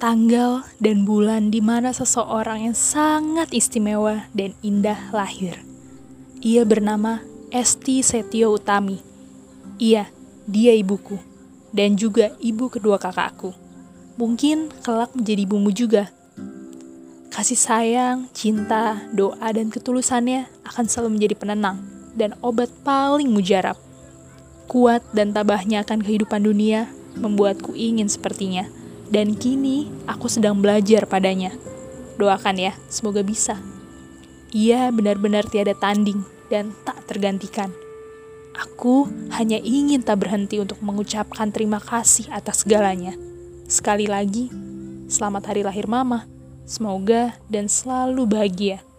tanggal dan bulan di mana seseorang yang sangat istimewa dan indah lahir. Ia bernama Esti Setio Utami. Iya, dia ibuku, dan juga ibu kedua kakakku. Mungkin kelak menjadi ibumu juga. Kasih sayang, cinta, doa, dan ketulusannya akan selalu menjadi penenang dan obat paling mujarab. Kuat dan tabahnya akan kehidupan dunia membuatku ingin sepertinya. Dan kini aku sedang belajar padanya. Doakan ya, semoga bisa. Ia benar-benar tiada tanding dan tak tergantikan. Aku hanya ingin tak berhenti untuk mengucapkan terima kasih atas segalanya. Sekali lagi, selamat hari lahir Mama. Semoga dan selalu bahagia.